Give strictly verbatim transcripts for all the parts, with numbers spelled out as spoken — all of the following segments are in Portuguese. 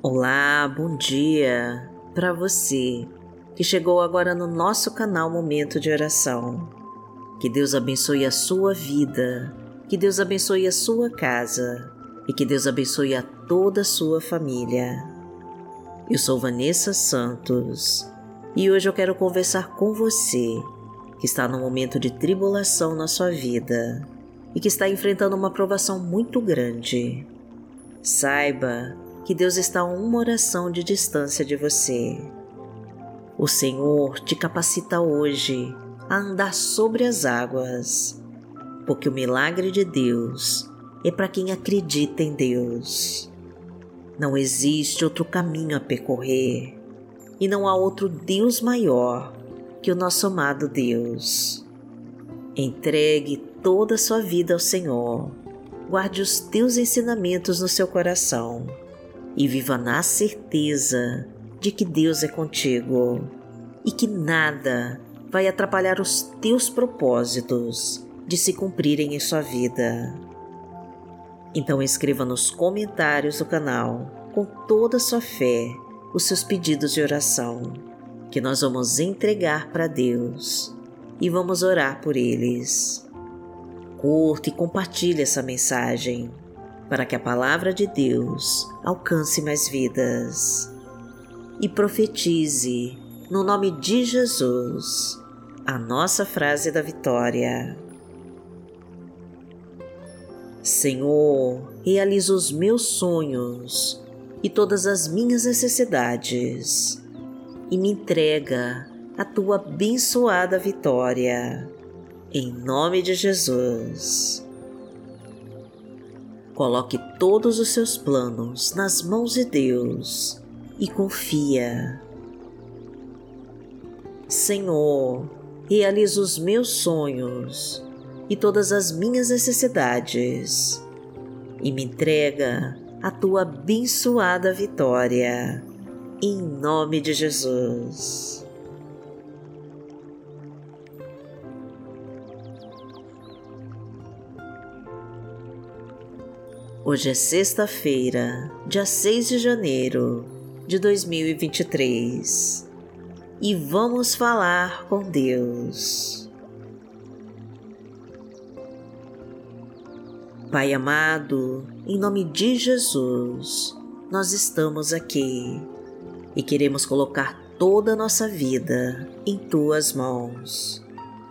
Olá, bom dia para você que chegou agora no nosso canal Momento de Oração. Que Deus abençoe a sua vida, que Deus abençoe a sua casa e que Deus abençoe a toda a sua família. Eu sou Vanessa Santos e hoje eu quero conversar com você que está num momento de tribulação na sua vida e que está enfrentando uma provação muito grande. Saiba que Deus está a uma oração de distância de você. O Senhor te capacita hoje a andar sobre as águas, porque o milagre de Deus é para quem acredita em Deus. Não existe outro caminho a percorrer e não há outro Deus maior que o nosso amado Deus. Entregue toda a sua vida ao Senhor, guarde os teus ensinamentos no seu coração e viva na certeza de que Deus é contigo e que nada vai atrapalhar os teus propósitos de se cumprirem em sua vida. Então escreva nos comentários do canal, com toda a sua fé, os seus pedidos de oração, que nós vamos entregar para Deus e vamos orar por eles. Curta e compartilhe essa mensagem, para que a palavra de Deus alcance mais vidas. E profetize, no nome de Jesus, a nossa frase da vitória. Senhor, realiza os meus sonhos e todas as minhas necessidades e me entrega a tua abençoada vitória. Em nome de Jesus. Coloque todos os seus planos nas mãos de Deus e confia. Senhor, realiza os meus sonhos e todas as minhas necessidades e me entrega a tua abençoada vitória. Em nome de Jesus. Hoje é sexta-feira, dia seis de janeiro de dois mil e vinte e três, e vamos falar com Deus. Pai amado, em nome de Jesus, nós estamos aqui e queremos colocar toda a nossa vida em tuas mãos.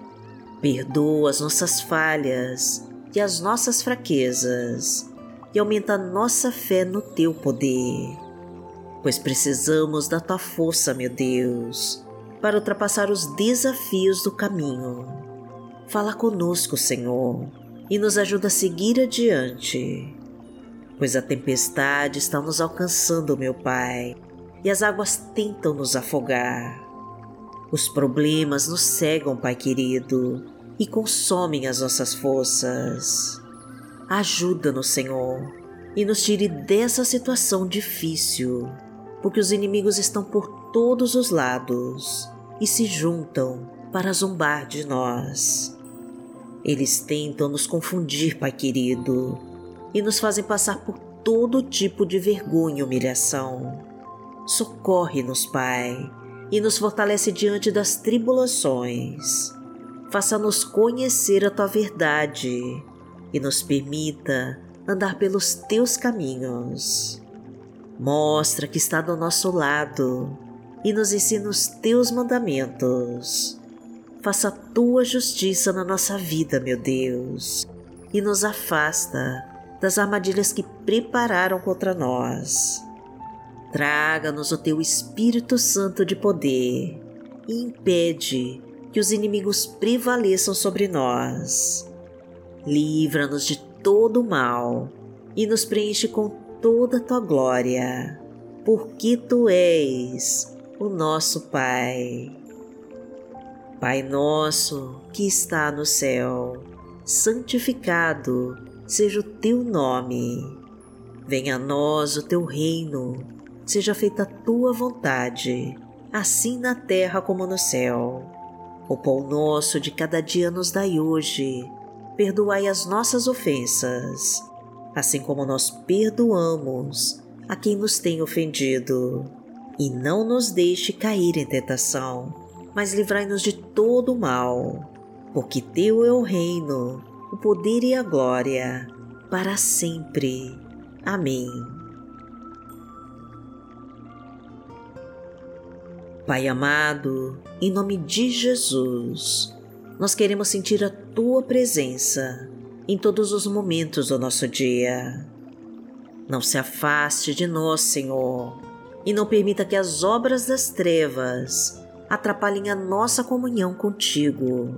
Perdoa as nossas falhas e as nossas fraquezas e aumenta a nossa fé no teu poder, pois precisamos da tua força, meu Deus, para ultrapassar os desafios do caminho. Fala conosco, Senhor, e nos ajuda a seguir adiante, pois a tempestade está nos alcançando, meu Pai, e as águas tentam nos afogar. Os problemas nos cegam, Pai querido, e consomem as nossas forças. Ajuda-nos, Senhor, e nos tire dessa situação difícil, porque os inimigos estão por todos os lados e se juntam para zombar de nós. Eles tentam nos confundir, Pai querido, e nos fazem passar por todo tipo de vergonha e humilhação. Socorre-nos, Pai, e nos fortalece diante das tribulações. Faça-nos conhecer a tua verdade e nos permita andar pelos teus caminhos. Mostra que está do nosso lado e nos ensina os teus mandamentos. Faça a tua justiça na nossa vida, meu Deus, e nos afasta das armadilhas que prepararam contra nós. Traga-nos o teu Espírito Santo de poder e impede que os inimigos prevaleçam sobre nós. Livra-nos de todo o mal e nos preenche com toda a tua glória, porque tu és o nosso Pai. Pai nosso que está no céu, santificado seja o teu nome. Venha a nós o teu reino, seja feita a tua vontade, assim na terra como no céu. O pão nosso de cada dia nos dai hoje. Perdoai as nossas ofensas, assim como nós perdoamos a quem nos tem ofendido, e não nos deixe cair em tentação, mas livrai-nos de todo o mal, porque teu é o reino, o poder e a glória, para sempre. Amém. Pai amado, em nome de Jesus, nós queremos sentir a Tua presença em todos os momentos do nosso dia. Não se afaste de nós, Senhor, e não permita que as obras das trevas atrapalhem a nossa comunhão contigo.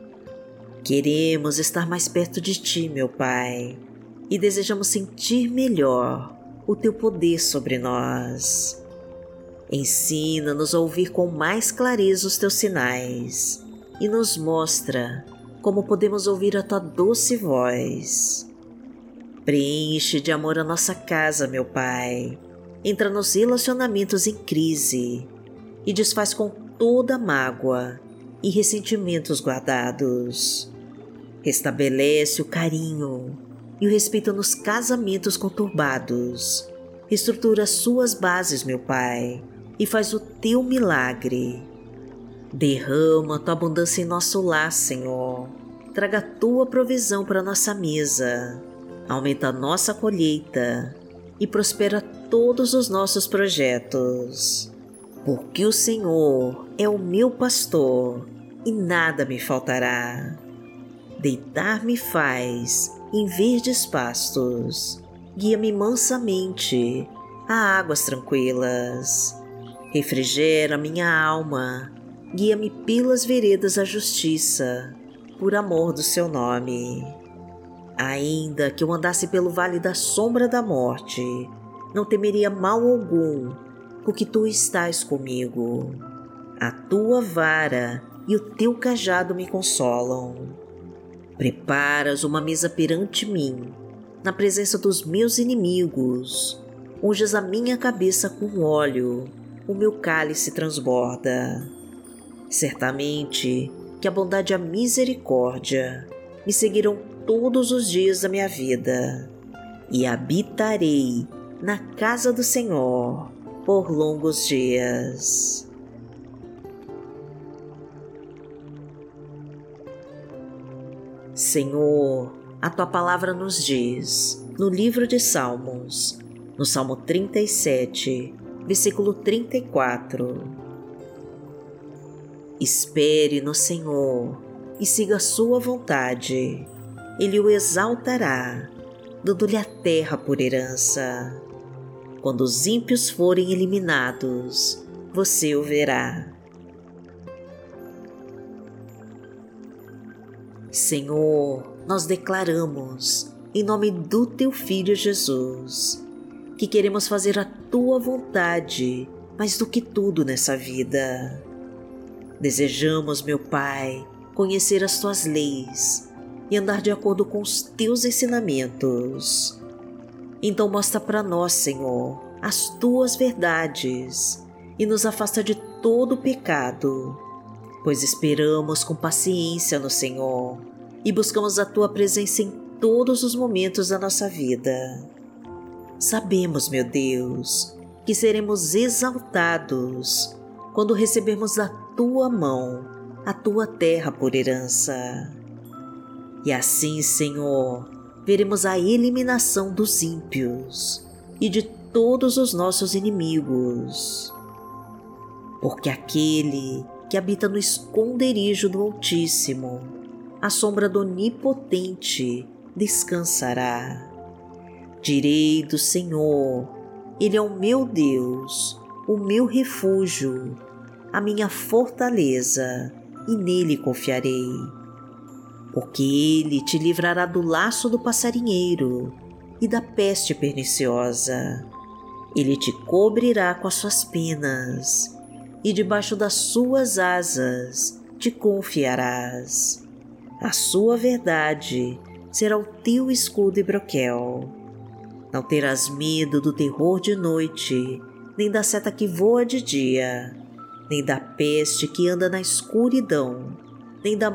Queremos estar mais perto de Ti, meu Pai, e desejamos sentir melhor o Teu poder sobre nós. Ensina-nos a ouvir com mais clareza os Teus sinais e nos mostra como podemos ouvir a Tua doce voz. Preenche de amor a nossa casa, meu Pai. Entra nos relacionamentos em crise e desfaz com toda mágoa e ressentimentos guardados. Restabelece o carinho e o respeito nos casamentos conturbados. Estrutura suas bases, meu Pai, e faz o Teu milagre. Derrama a Tua abundância em nosso lar, Senhor. Traga a Tua provisão para nossa mesa. Aumenta a nossa colheita e prospera todos os nossos projetos. Porque o Senhor é o meu pastor e nada me faltará. Deitar-me faz em verdes pastos. Guia-me mansamente a águas tranquilas. Refrigera minha alma. Guia-me pelas veredas da justiça, por amor do Seu nome. Ainda que eu andasse pelo vale da sombra da morte, não temeria mal algum, porque Tu estás comigo. A Tua vara e o Teu cajado me consolam. Preparas uma mesa perante mim, na presença dos meus inimigos. Unges a minha cabeça com óleo, o meu cálice transborda. Certamente que a bondade e a misericórdia me seguirão todos os dias da minha vida, e habitarei na casa do Senhor por longos dias. Senhor, a Tua palavra nos diz, no livro de Salmos, no Salmo trinta e sete, versículo trinta e quatro. Espere no Senhor e siga a Sua vontade. Ele o exaltará, dando-lhe a terra por herança. Quando os ímpios forem eliminados, você o verá. Senhor, nós declaramos, em nome do Teu Filho Jesus, que queremos fazer a Tua vontade mais do que tudo nessa vida. Desejamos, meu Pai, conhecer as Tuas leis e andar de acordo com os Teus ensinamentos. Então mostra para nós, Senhor, as Tuas verdades e nos afasta de todo pecado, pois esperamos com paciência no Senhor e buscamos a Tua presença em todos os momentos da nossa vida. Sabemos, meu Deus, que seremos exaltados quando recebermos da Tua mão a Tua terra por herança. E assim, Senhor, veremos a eliminação dos ímpios e de todos os nossos inimigos. Porque aquele que habita no esconderijo do Altíssimo, à sombra do Onipotente, descansará. Direi do Senhor, Ele é o meu Deus, o meu refúgio, a minha fortaleza, e nele confiarei. Porque Ele te livrará do laço do passarinheiro e da peste perniciosa. Ele te cobrirá com as suas penas, e debaixo das suas asas te confiarás. A sua verdade será o teu escudo e broquel. Não terás medo do terror de noite, nem da seta que voa de dia, nem da peste que anda na escuridão, nem da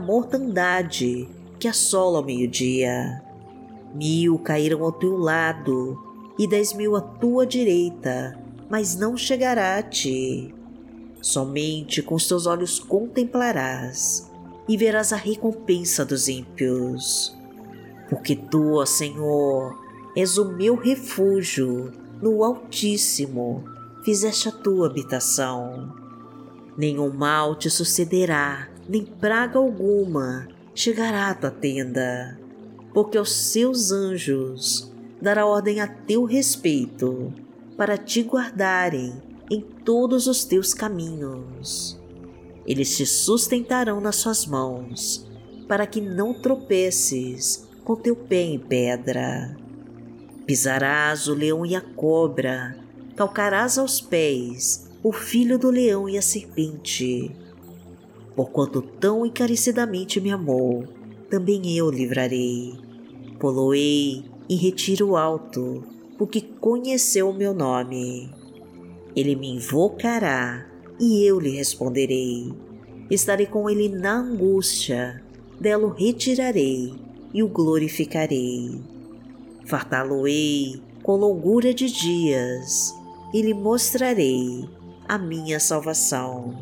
mortandade que assola ao meio-dia. Mil cairão ao teu lado e dez mil à tua direita, mas não chegará a ti. Somente com os teus olhos contemplarás e verás a recompensa dos ímpios. Porque tu, ó Senhor, és o meu refúgio, no Altíssimo fizeste a tua habitação. Nenhum mal te sucederá, nem praga alguma chegará à tua tenda, porque aos seus anjos dará ordem a teu respeito, para te guardarem em todos os teus caminhos. Eles te sustentarão nas suas mãos, para que não tropeces com teu pé em pedra. Pisarás o leão e a cobra, calcarás aos pés o filho do leão e a serpente. Porquanto tão encarecidamente me amou, também eu livrarei. Poloei em retiro alto, porque conheceu o meu nome. Ele me invocará e eu lhe responderei. Estarei com ele na angústia, dela o retirarei e o glorificarei. Fartá-lo-ei com longura de dias e lhe mostrarei a minha salvação.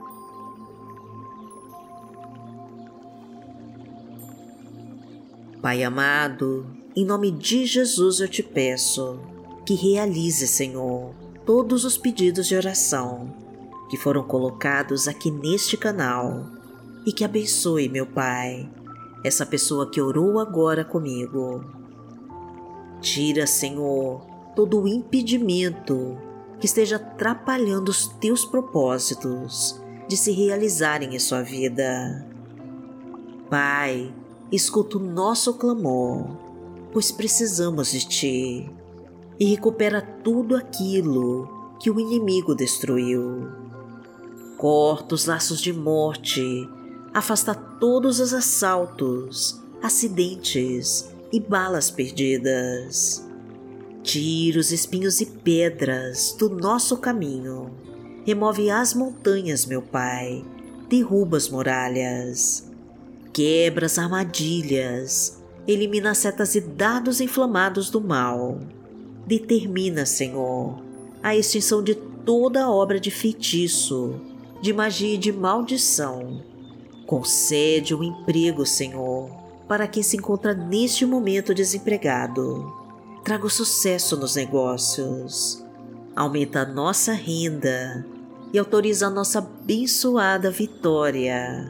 Pai amado, em nome de Jesus eu te peço que realize, Senhor, todos os pedidos de oração que foram colocados aqui neste canal e que abençoe, meu Pai, essa pessoa que orou agora comigo. Tira, Senhor, todo o impedimento que esteja atrapalhando os teus propósitos de se realizarem em sua vida. Pai, escuta o nosso clamor, pois precisamos de Ti, e recupera tudo aquilo que o inimigo destruiu. Corta os laços de morte, afasta todos os assaltos, acidentes e balas perdidas. Tira os espinhos e pedras do nosso caminho, remove as montanhas, meu Pai, derruba as muralhas, quebra as armadilhas, elimina as setas e dardos inflamados do mal. Determina, Senhor, a extinção de toda obra de feitiço, de magia e de maldição. Concede um emprego, Senhor, para quem se encontra neste momento desempregado. Traga o sucesso nos negócios. Aumenta a nossa renda e autoriza a nossa abençoada vitória.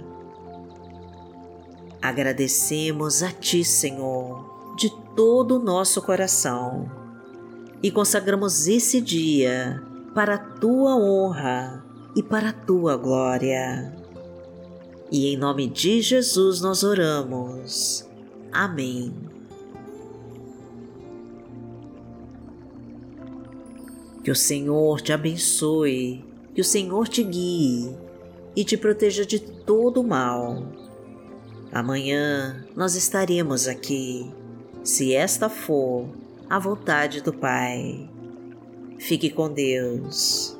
Agradecemos a Ti, Senhor, de todo o nosso coração e consagramos esse dia para a Tua honra e para a Tua glória. E em nome de Jesus nós oramos. Amém. Que o Senhor te abençoe, que o Senhor te guie e te proteja de todo o mal. Amanhã nós estaremos aqui, se esta for a vontade do Pai. Fique com Deus.